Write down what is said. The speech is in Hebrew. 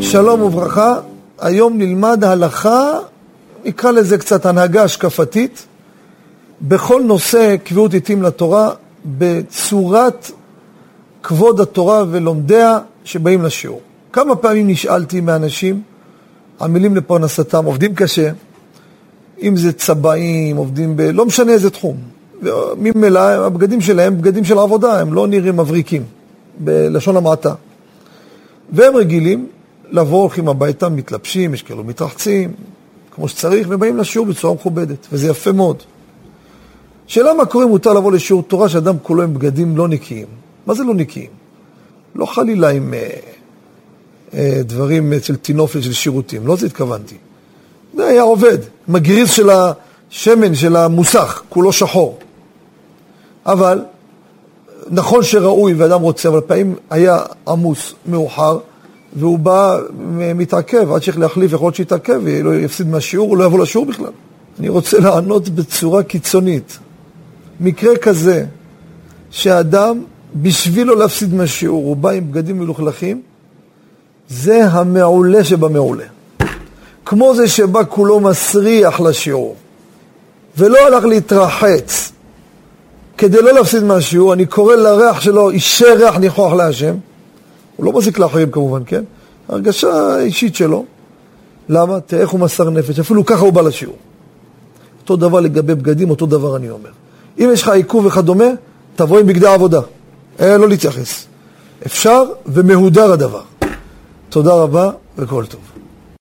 שלום וברכה, היום נלמד הלכה, נקרא לזה קצת הנהגה השקפתית, בכל נושא קביעות עתים לתורה, בצורת כבוד התורה ולומדיה שבאים לשיעור. כמה פעמים נשאלתי מאנשים, עמלים לפרנסתם, עובדים קשה, אם זה צבעים, עובדים לא משנה איזה תחום. ממילא הבגדים שלהם, בגדים של עבודה, הם לא נראים מבריקים, בלשון המעטה. והם רגילים לבוא, הולכים הביתה, מתלבשים, יש כאלו מתרחצים, כמו שצריך, ובאים לשיעור בצורה מכובדת, וזה יפה מאוד. שאלה מה קורה אם מותר לבוא לשיעור תורה שאדם כולו עם בגדים לא נקיים. מה זה לא נקיים? לא חלילה עם דברים של טינופל של שירותים, לא זה התכוונתי. זה היה עובד, מגריז של השמן, של המוסך, כולו שחור. אבל נכון שראוי ואדם רוצה, אבל פעמים היה עמוס מאוחר, והוא בא מתעכב, עד שצריך להחליף, יכול להיות שיתעכב, ולא יפסיד מהשיעור, הוא לא יבוא לשיעור בכלל. אני רוצה לענות בצורה קיצונית. מקרה כזה, שהאדם, בשביל לא להפסיד מהשיעור, הוא בא עם בגדים מלוכלכים, זה המעולה שבמעולה. כמו זה שבא כולו מסריח לשיעור, ולא הלך להתרחץ, כדי לא להפסיד מהשיעור, אני קורא לריח שלו, אישר ריח ניחוח להשם, הוא לא מזיק לאחרים כמובן, כן? הרגשה אישית שלו. למה? תראה איך הוא מסר נפש, אפילו ככה הוא בא לשיעור. אותו דבר לגבי בגדים, אותו דבר אני אומר. אם יש לך עיכוב וכדומה, תבוא עם בגדי עבודה. לא להתייחס. אפשר ומהודר הדבר. תודה רבה וכל טוב.